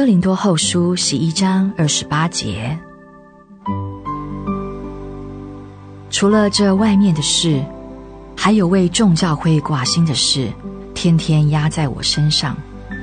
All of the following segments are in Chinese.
哥林多后书11章28节，除了这外面的事，还有为众教会挂心的事，天天压在我身上。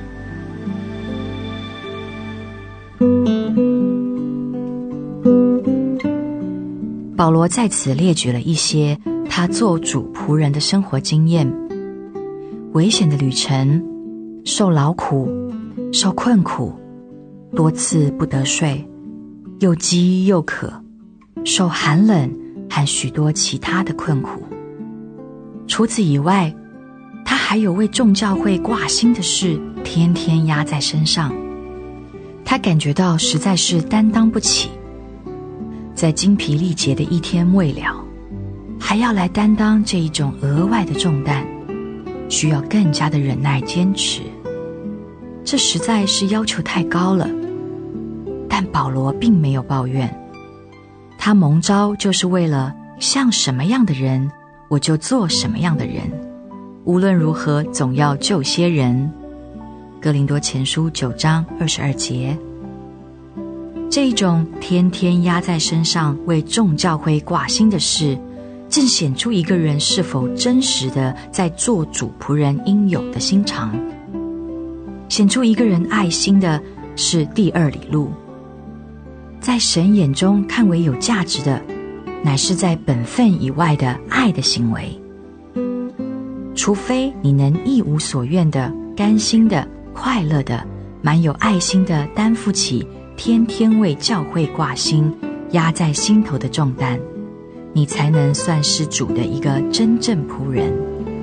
保罗在此列举了一些他做主仆人的生活经验：危险的旅程，受劳苦，受困苦，多次不得睡，又饥又渴，受寒冷和许多其他的困苦。除此以外，他还有为众教会挂心的事，天天压在身上。他感觉到实在是担当不起，在精疲力竭的一天未了，还要来担当这一种额外的重担，需要更加的忍耐坚持。这实在是要求太高了。但保罗并没有抱怨，他蒙召就是为了像什么样的人，我就做什么样的人，无论如何总要救些人。哥林多前书9章22节。这一种天天压在身上为众教会挂心的事，正显出一个人是否真实的在做主仆人应有的心肠，显出一个人爱心的是第二里路。在神眼中看为有价值的，乃是在本分以外的爱的行为。除非你能一无所愿的、甘心的、快乐的、满有爱心的担负起天天为教会挂心、压在心头的重担，你才能算是主的一个真正仆人。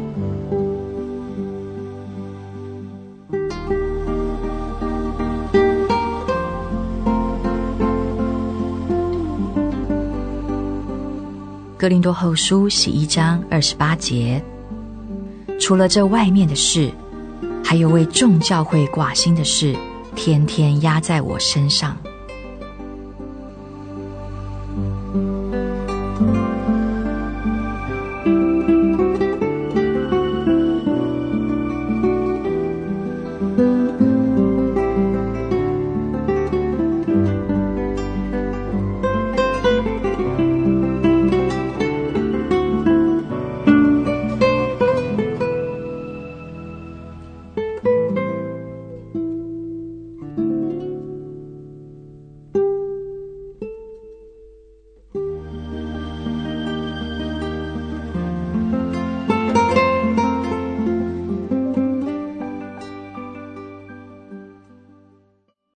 哥林多后书11章28节，除了这外面的事，还有为众教会挂心的事，天天压在我身上。